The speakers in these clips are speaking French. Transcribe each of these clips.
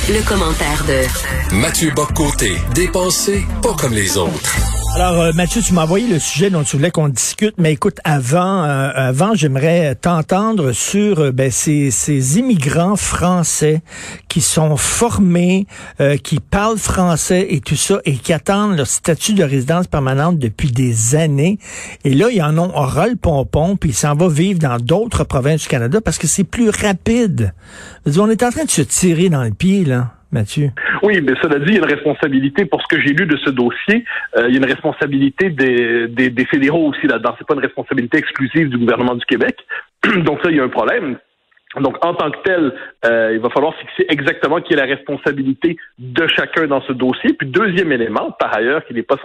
Le commentaire de Mathieu Bock-Côté, dépensé pas comme les autres. Alors, Mathieu, tu m'as envoyé le sujet dont tu voulais qu'on discute, mais écoute, avant, j'aimerais t'entendre sur ces immigrants français qui sont formés, qui parlent français et tout ça, et qui attendent leur statut de résidence permanente depuis des années. Et là, ils en ont ras le pompon, puis ils s'en vont vivre dans d'autres provinces du Canada parce que c'est plus rapide. On est en train de se tirer dans le pied, là. Mathieu. Oui, mais cela dit, il y a une responsabilité pour ce que j'ai lu de ce dossier. Il y a une responsabilité des fédéraux aussi là-dedans. C'est pas une responsabilité exclusive du gouvernement du Québec. Donc ça, il y a un problème. Donc, en tant que tel, il va falloir fixer exactement qui est la responsabilité de chacun dans ce dossier. Puis, deuxième élément, par ailleurs, qui n'est pas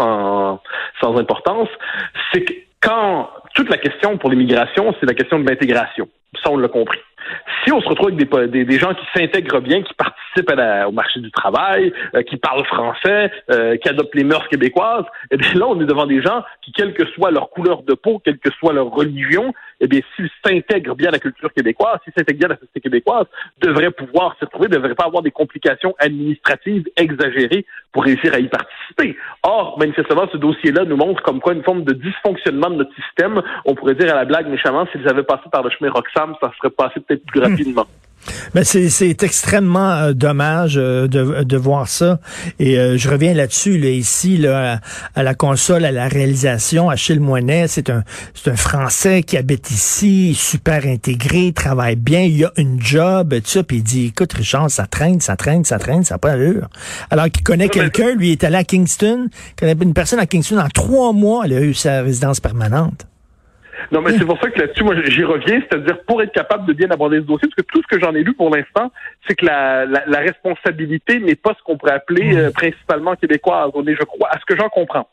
sans importance, c'est que quand toute la question pour l'immigration, c'est la question de l'intégration. Ça, on l'a compris. Si on se retrouve avec des gens qui s'intègrent bien, qui participent au marché du travail, qui parlent français, qui adoptent les mœurs québécoises, eh bien là, on est devant des gens qui, quelle que soit leur couleur de peau, quelle que soit leur religion, eh bien, s'ils s'intègrent bien à la culture québécoise, s'ils s'intègrent bien à la société québécoise, devraient pouvoir se retrouver, devraient pas avoir des complications administratives exagérées pour réussir à y participer. Or, manifestement, ce dossier-là nous montre comme quoi une forme de dysfonctionnement de notre système. On pourrait dire à la blague méchamment, s'ils avaient passé par le chemin Roxham, ça serait passé peut-être plus rapidement. Ben c'est extrêmement dommage de voir ça. Et je reviens là-dessus, là, ici, là, à la console, à la réalisation, Achille Moinet, c'est un Français qui habite ici, super intégré, travaille bien, il a une job, tout ça, puis il dit, écoute, Richard, ça traîne, ça n'a pas d'allure. Alors qu'il connaît quelqu'un, lui, il est allé à Kingston, il connaît une personne à Kingston, en 3 mois, elle a eu sa résidence permanente. Non, mais c'est pour ça que là-dessus, moi, j'y reviens, c'est-à-dire pour être capable de bien aborder ce dossier, parce que tout ce que j'en ai lu pour l'instant, c'est que la responsabilité n'est pas ce qu'on pourrait appeler principalement québécoise. On est, je crois, à ce que j'en comprends,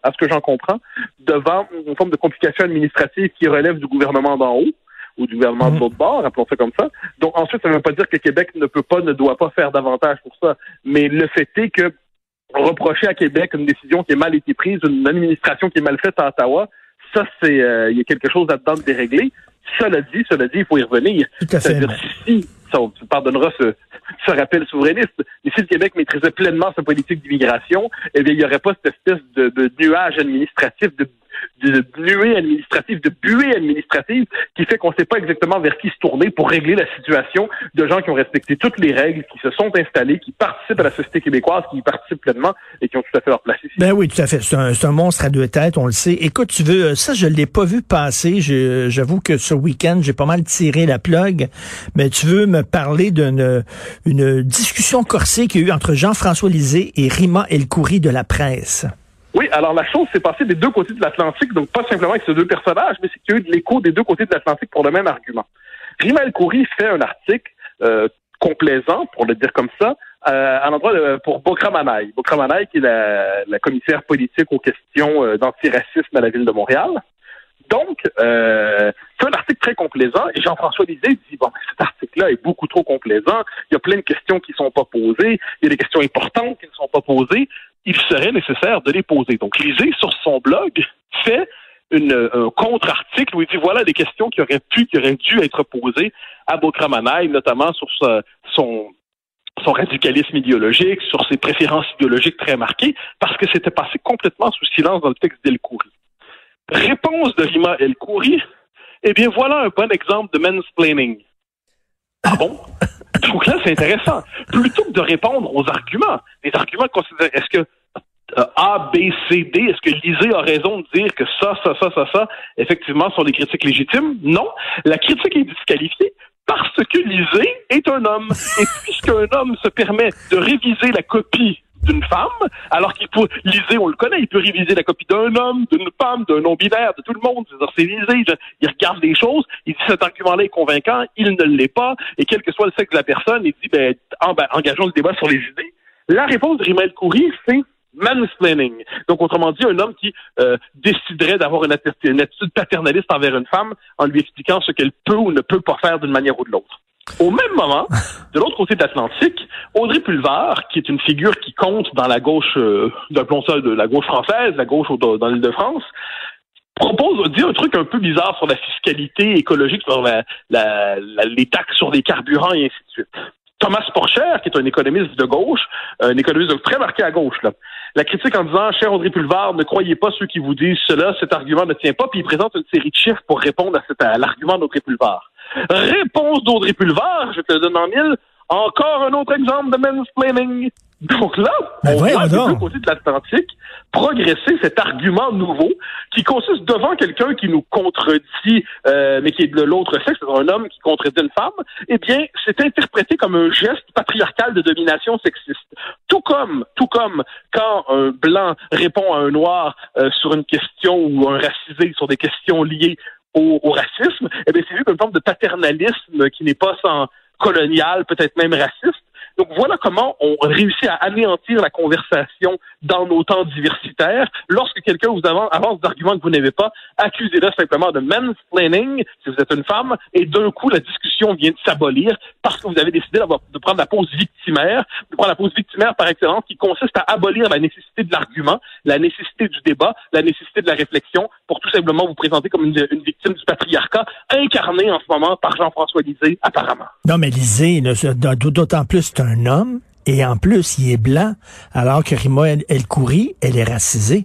devant une forme de complication administrative qui relève du gouvernement d'en haut ou du gouvernement de l'autre bord, appelons ça comme ça. Donc ensuite, ça ne veut pas dire que Québec ne doit pas faire davantage pour ça, mais le fait est que reprocher à Québec une décision qui est mal été prise, une administration qui est mal faite à Ottawa, ça, il y a quelque chose là-dedans de déréglé. Cela dit, il faut y revenir. C'est-à-dire, si, ça, on pardonnera ce rappel souverainiste, mais si le Québec maîtrisait pleinement sa politique d'immigration, eh bien, il n'y aurait pas cette espèce de nuage administratif, de buée administrative qui fait qu'on ne sait pas exactement vers qui se tourner pour régler la situation de gens qui ont respecté toutes les règles, qui se sont installés, qui participent à la société québécoise, qui y participent pleinement et qui ont tout à fait leur place ici. Ben oui, tout à fait. C'est un monstre à 2 têtes, on le sait. Écoute, ça, je l'ai pas vu passer. J'avoue que ce week-end, j'ai pas mal tiré la plug. Mais tu veux me parler une discussion corsée qu'il y a eu entre Jean-François Lisée et Rima El-Khoury de la presse. Oui, alors la chose s'est passée des deux côtés de l'Atlantique, donc pas simplement avec ces deux personnages, mais c'est qu'il y a eu de l'écho des deux côtés de l'Atlantique pour le même argument. Rima El-Khoury fait un article complaisant, pour le dire comme ça, à l'endroit pour Bokra Manaï. Bokra Manaï, qui est la commissaire politique aux questions d'antiracisme à la Ville de Montréal. Donc, c'est un article très complaisant, et Jean-François Lisée dit, bon, cet article-là est beaucoup trop complaisant, il y a plein de questions qui ne sont pas posées, il y a des questions importantes qui ne sont pas posées, il serait nécessaire de les poser. Donc, Lisée, sur son blog, fait un contre-article où il dit, voilà des questions qui auraient dû être posées à Bokra Manaï, notamment sur son radicalisme idéologique, sur ses préférences idéologiques très marquées, parce que c'était passé complètement sous silence dans le texte d'El-Khoury. Réponse de Rima El-Khoury, eh bien, voilà un bon exemple de mansplaining. Ah bon? Donc là, c'est intéressant. Plutôt que de répondre aux arguments, les arguments considèrent, est-ce que A, B, C, D, est-ce que Lisée a raison de dire que ça, effectivement, sont des critiques légitimes? Non. La critique est disqualifiée parce que Lisée est un homme. Et puisqu'un homme se permet de réviser la copie d'une femme, alors qu'il peut, Lisée, on le connaît, il peut réviser la copie d'un homme, d'une femme, d'un non-binaire, de tout le monde. C'est Lisée, il regarde des choses, il dit cet argument-là est convaincant, il ne l'est pas, et quel que soit le sexe de la personne, il dit, engageons le débat sur les idées. La réponse de Rima El-Khoury, c'est mansplaining. Donc, autrement dit, un homme qui déciderait d'avoir une attitude paternaliste envers une femme en lui expliquant ce qu'elle peut ou ne peut pas faire d'une manière ou de l'autre. Au même moment, de l'autre côté de l'Atlantique, Audrey Pulvar, qui est une figure qui compte dans la gauche, appelons ça de la gauche française, la gauche dans l'Île-de-France, dit un truc un peu bizarre sur la fiscalité écologique, sur les taxes sur les carburants et ainsi de suite. Thomas Porcher, qui est un économiste de gauche, un économiste très marqué à gauche, là. La critique en disant, cher Audrey Pulvar, ne croyez pas ceux qui vous disent cela, cet argument ne tient pas, puis il présente une série de chiffres pour répondre à l'argument d'Audrey Pulvar. Réponse d'Audrey Pulvar, je te le donne en mille, encore un autre exemple de mansplaining. Donc là, on voit des deux côtés de l'Atlantique progresser cet argument nouveau qui consiste devant quelqu'un qui nous contredit, mais qui est de l'autre sexe, c'est un homme qui contredit une femme, eh bien, c'est interprété comme un geste patriarcal de domination sexiste. Tout comme quand un blanc répond à un noir sur une question ou un racisé sur des questions liées au racisme, eh bien, c'est vu comme une forme de paternalisme qui n'est pas sans colonial, peut-être même raciste. Donc voilà comment on réussit à anéantir la conversation dans nos temps diversitaires. Lorsque quelqu'un vous avance d'arguments que vous n'avez pas, accusez-le simplement de mansplaining si vous êtes une femme, et d'un coup la discussion vient de s'abolir parce que vous avez décidé de prendre la pause victimaire, par excellence, qui consiste à abolir la nécessité de l'argument, la nécessité du débat, la nécessité de la réflexion, pour tout simplement vous présenter comme une victime du patriarcat, incarnée en ce moment par Jean-François Lisée, apparemment. Non, mais Lisée, d'autant plus c'est un homme, et en plus, il est blanc, alors que Rima El Khoury, elle est racisée.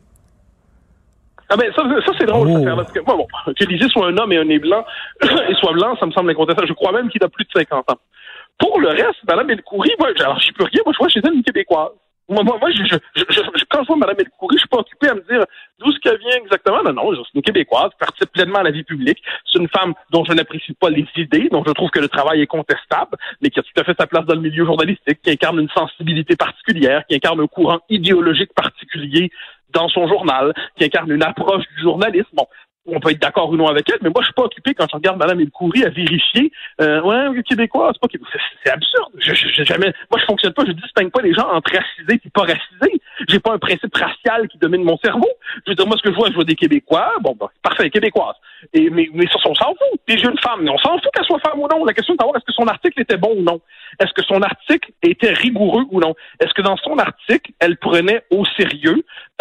Ah ben ça c'est drôle, cette affaire-là, parce que bon, que Lisée soit un homme et un nez blanc, et soit blanc, ça me semble incontestable. Je crois même qu'il a plus de 50 ans. Pour le reste, Mme El Khoury, alors je suis plus rien, moi je vois chez elle une Québécoise. Moi, quand je vois Mme El Khoury, je suis pas occupé à me dire d'où ce qu'elle vient exactement. Non, c'est une Québécoise, qui participe pleinement à la vie publique. C'est une femme dont je n'apprécie pas les idées, dont je trouve que le travail est contestable, mais qui a tout à fait sa place dans le milieu journalistique, qui incarne une sensibilité particulière, qui incarne un courant idéologique particulier dans son journal, qui incarne une approche du journalisme. Bon, on peut être d'accord ou non avec elle, mais moi, je suis pas occupé quand je regarde Mme El Khoury à vérifier. Ouais, Québécois, c'est pas Québécois. C'est absurde. Moi, je fonctionne pas, je distingue pas les gens entre racisés et pas racisés. J'ai pas un principe racial qui domine mon cerveau. Je veux dire, moi, ce que je vois des Québécois. Bon, parfait, Québécoise. Mais ça, on s'en fout. T'es une femme, mais on s'en fout qu'elle soit femme ou non. La question est de savoir est-ce que son article était bon ou non. Est-ce que son article était rigoureux ou non? Est-ce que dans son article, elle prenait au sérieux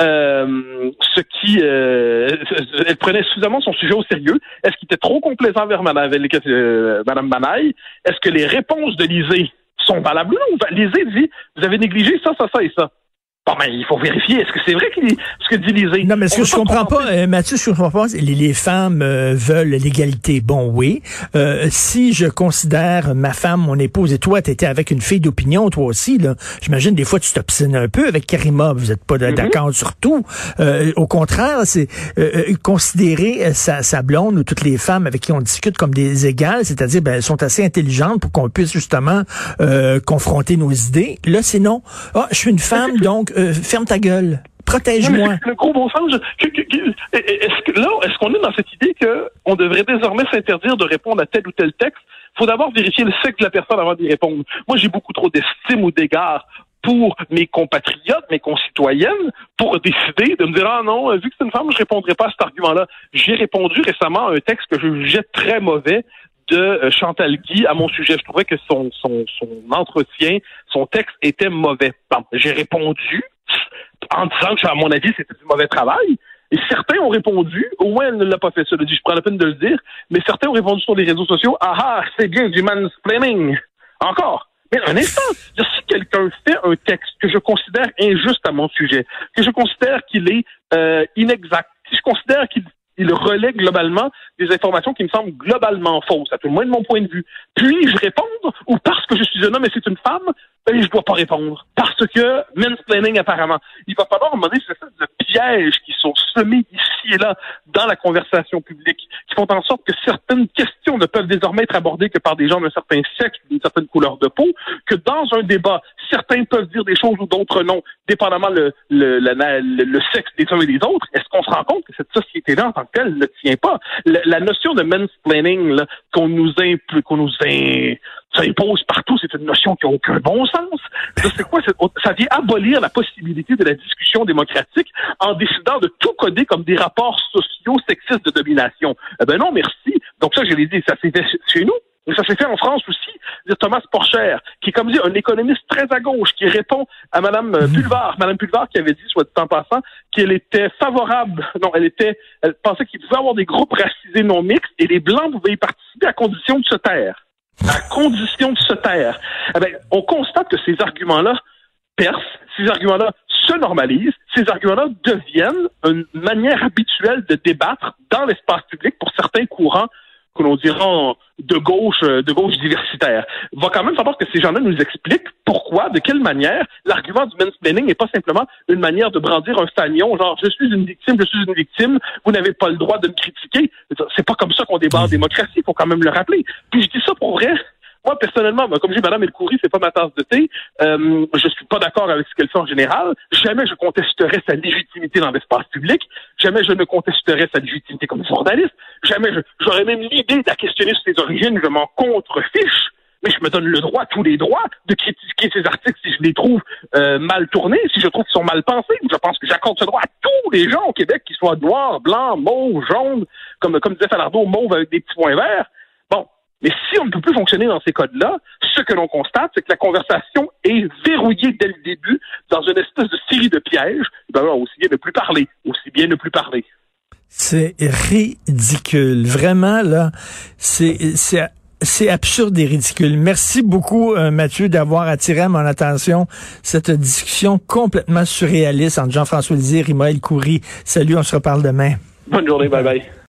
elle prenait suffisamment son sujet au sérieux? Est-ce qu'il était trop complaisant vers Madame Banaï? Est-ce que les réponses de Lisée sont valables ou non? Lisée dit, vous avez négligé ça et ça. Bon, mais il faut vérifier. Est-ce que c'est vrai ce que dit Lisée? Non, mais ce que je comprends pas, Mathieu, ce que je comprends pas, les femmes veulent l'égalité. Bon, oui. Si je considère ma femme, mon épouse, et toi, t'étais avec une fille d'opinion, toi aussi, là. J'imagine, des fois, tu t'obstines un peu avec Karima. Vous êtes pas d'accord sur tout. Au contraire, c'est considérer sa blonde ou toutes les femmes avec qui on discute comme des égales, c'est-à-dire, elles sont assez intelligentes pour qu'on puisse justement confronter nos idées. Là, c'est non. Ah, je suis une femme, donc ferme ta gueule, protège-moi. Le gros bon sens, est-ce qu'on est dans cette idée qu'on devrait désormais s'interdire de répondre à tel ou tel texte? Il faut d'abord vérifier le sexe de la personne avant d'y répondre. Moi, j'ai beaucoup trop d'estime ou d'égard pour mes compatriotes, mes concitoyennes, pour décider de me dire, ah non, vu que c'est une femme, je répondrai pas à cet argument-là. J'ai répondu récemment à un texte que je jugeais très mauvais de Chantal Guy à mon sujet. Je trouvais que son entretien, son texte était mauvais. Bon, j'ai répondu en disant que, à mon avis, c'était du mauvais travail. Et certains ont répondu, au moins elle ne l'a pas fait, ça, je prends la peine de le dire, mais certains ont répondu sur les réseaux sociaux, c'est bien du mansplaining. Encore. Mais un instant, si quelqu'un fait un texte que je considère injuste à mon sujet, que je considère qu'il est inexact, si je considère qu'il relaie globalement des informations qui me semblent globalement fausses, à tout le moins de mon point de vue. Puis-je répondre, ou parce que je suis un homme et c'est une femme, je dois pas répondre. Parce que mansplaining apparemment. Il va falloir demander ces espèces de pièges qui sont semés ici et là dans la conversation publique, qui font en sorte que certaines questions ne peuvent désormais être abordées que par des gens d'un certain sexe, d'une certaine couleur de peau, que dans un débat, certains peuvent dire des choses ou d'autres non, dépendamment le sexe des uns et des autres. Est-ce qu'on se rend compte que cette société-là, en tant que telle, ne tient pas? La notion de mansplaining là, qu'on nous impose partout, c'est une notion qui n'a aucun bon sens. C'est quoi? Ça vient abolir la possibilité de la discussion démocratique en décidant de tout coder comme des rapports sociaux sexistes de domination. Non, merci. Donc ça, je l'ai dit, ça s'est fait chez nous. Mais ça s'est fait en France aussi. Thomas Porcher, qui est comme dit un économiste très à gauche, qui répond à Madame Pulvar. Madame Pulvar qui avait dit, soit dit en passant, qu'elle était favorable. Non, elle pensait qu'il pouvait y avoir des groupes racisés non mixtes et les Blancs pouvaient y participer à condition de se taire. à condition de se taire. Eh bien, on constate que ces arguments-là percent, ces arguments-là se normalisent, ces arguments-là deviennent une manière habituelle de débattre dans l'espace public pour certains courants que l'on dira de gauche diversitaire. Il va quand même falloir que ces gens-là nous expliquent pourquoi, de quelle manière, l'argument du mansplaining n'est pas simplement une manière de brandir un fanion, genre je suis une victime, vous n'avez pas le droit de me critiquer. C'est pas comme ça qu'on débat en démocratie, il faut quand même le rappeler. Puis je dis ça pour vrai. Moi, personnellement, comme je dis, Mme El-Khoury, c'est pas ma tasse de thé. Je suis pas d'accord avec ce qu'elle fait en général. Jamais je contesterai sa légitimité dans l'espace public. Jamais je ne contesterai sa légitimité comme journaliste. Jamais j'aurais même l'idée de la questionner sur ses origines. Je m'en contrefiche. Mais je me donne le droit, tous les droits, de critiquer ces articles si je les trouve mal tournés, si je trouve qu'ils sont mal pensés. Je pense que j'accorde ce droit à tous les gens au Québec, qu'ils soient noirs, blancs, mauves, jaunes, comme disait Falardeau, mauve avec des petits points verts. Bon. Mais si on ne peut plus fonctionner dans ces codes-là, ce que l'on constate, c'est que la conversation est verrouillée dès le début dans une espèce de série de pièges. Ben alors, aussi bien ne plus parler. C'est ridicule. Vraiment, là, c'est absurde et ridicule. Merci beaucoup, Mathieu, d'avoir attiré à mon attention cette discussion complètement surréaliste entre Jean-François Lisée et Rima El-Khoury. Salut, on se reparle demain. Bonne journée, bye bye.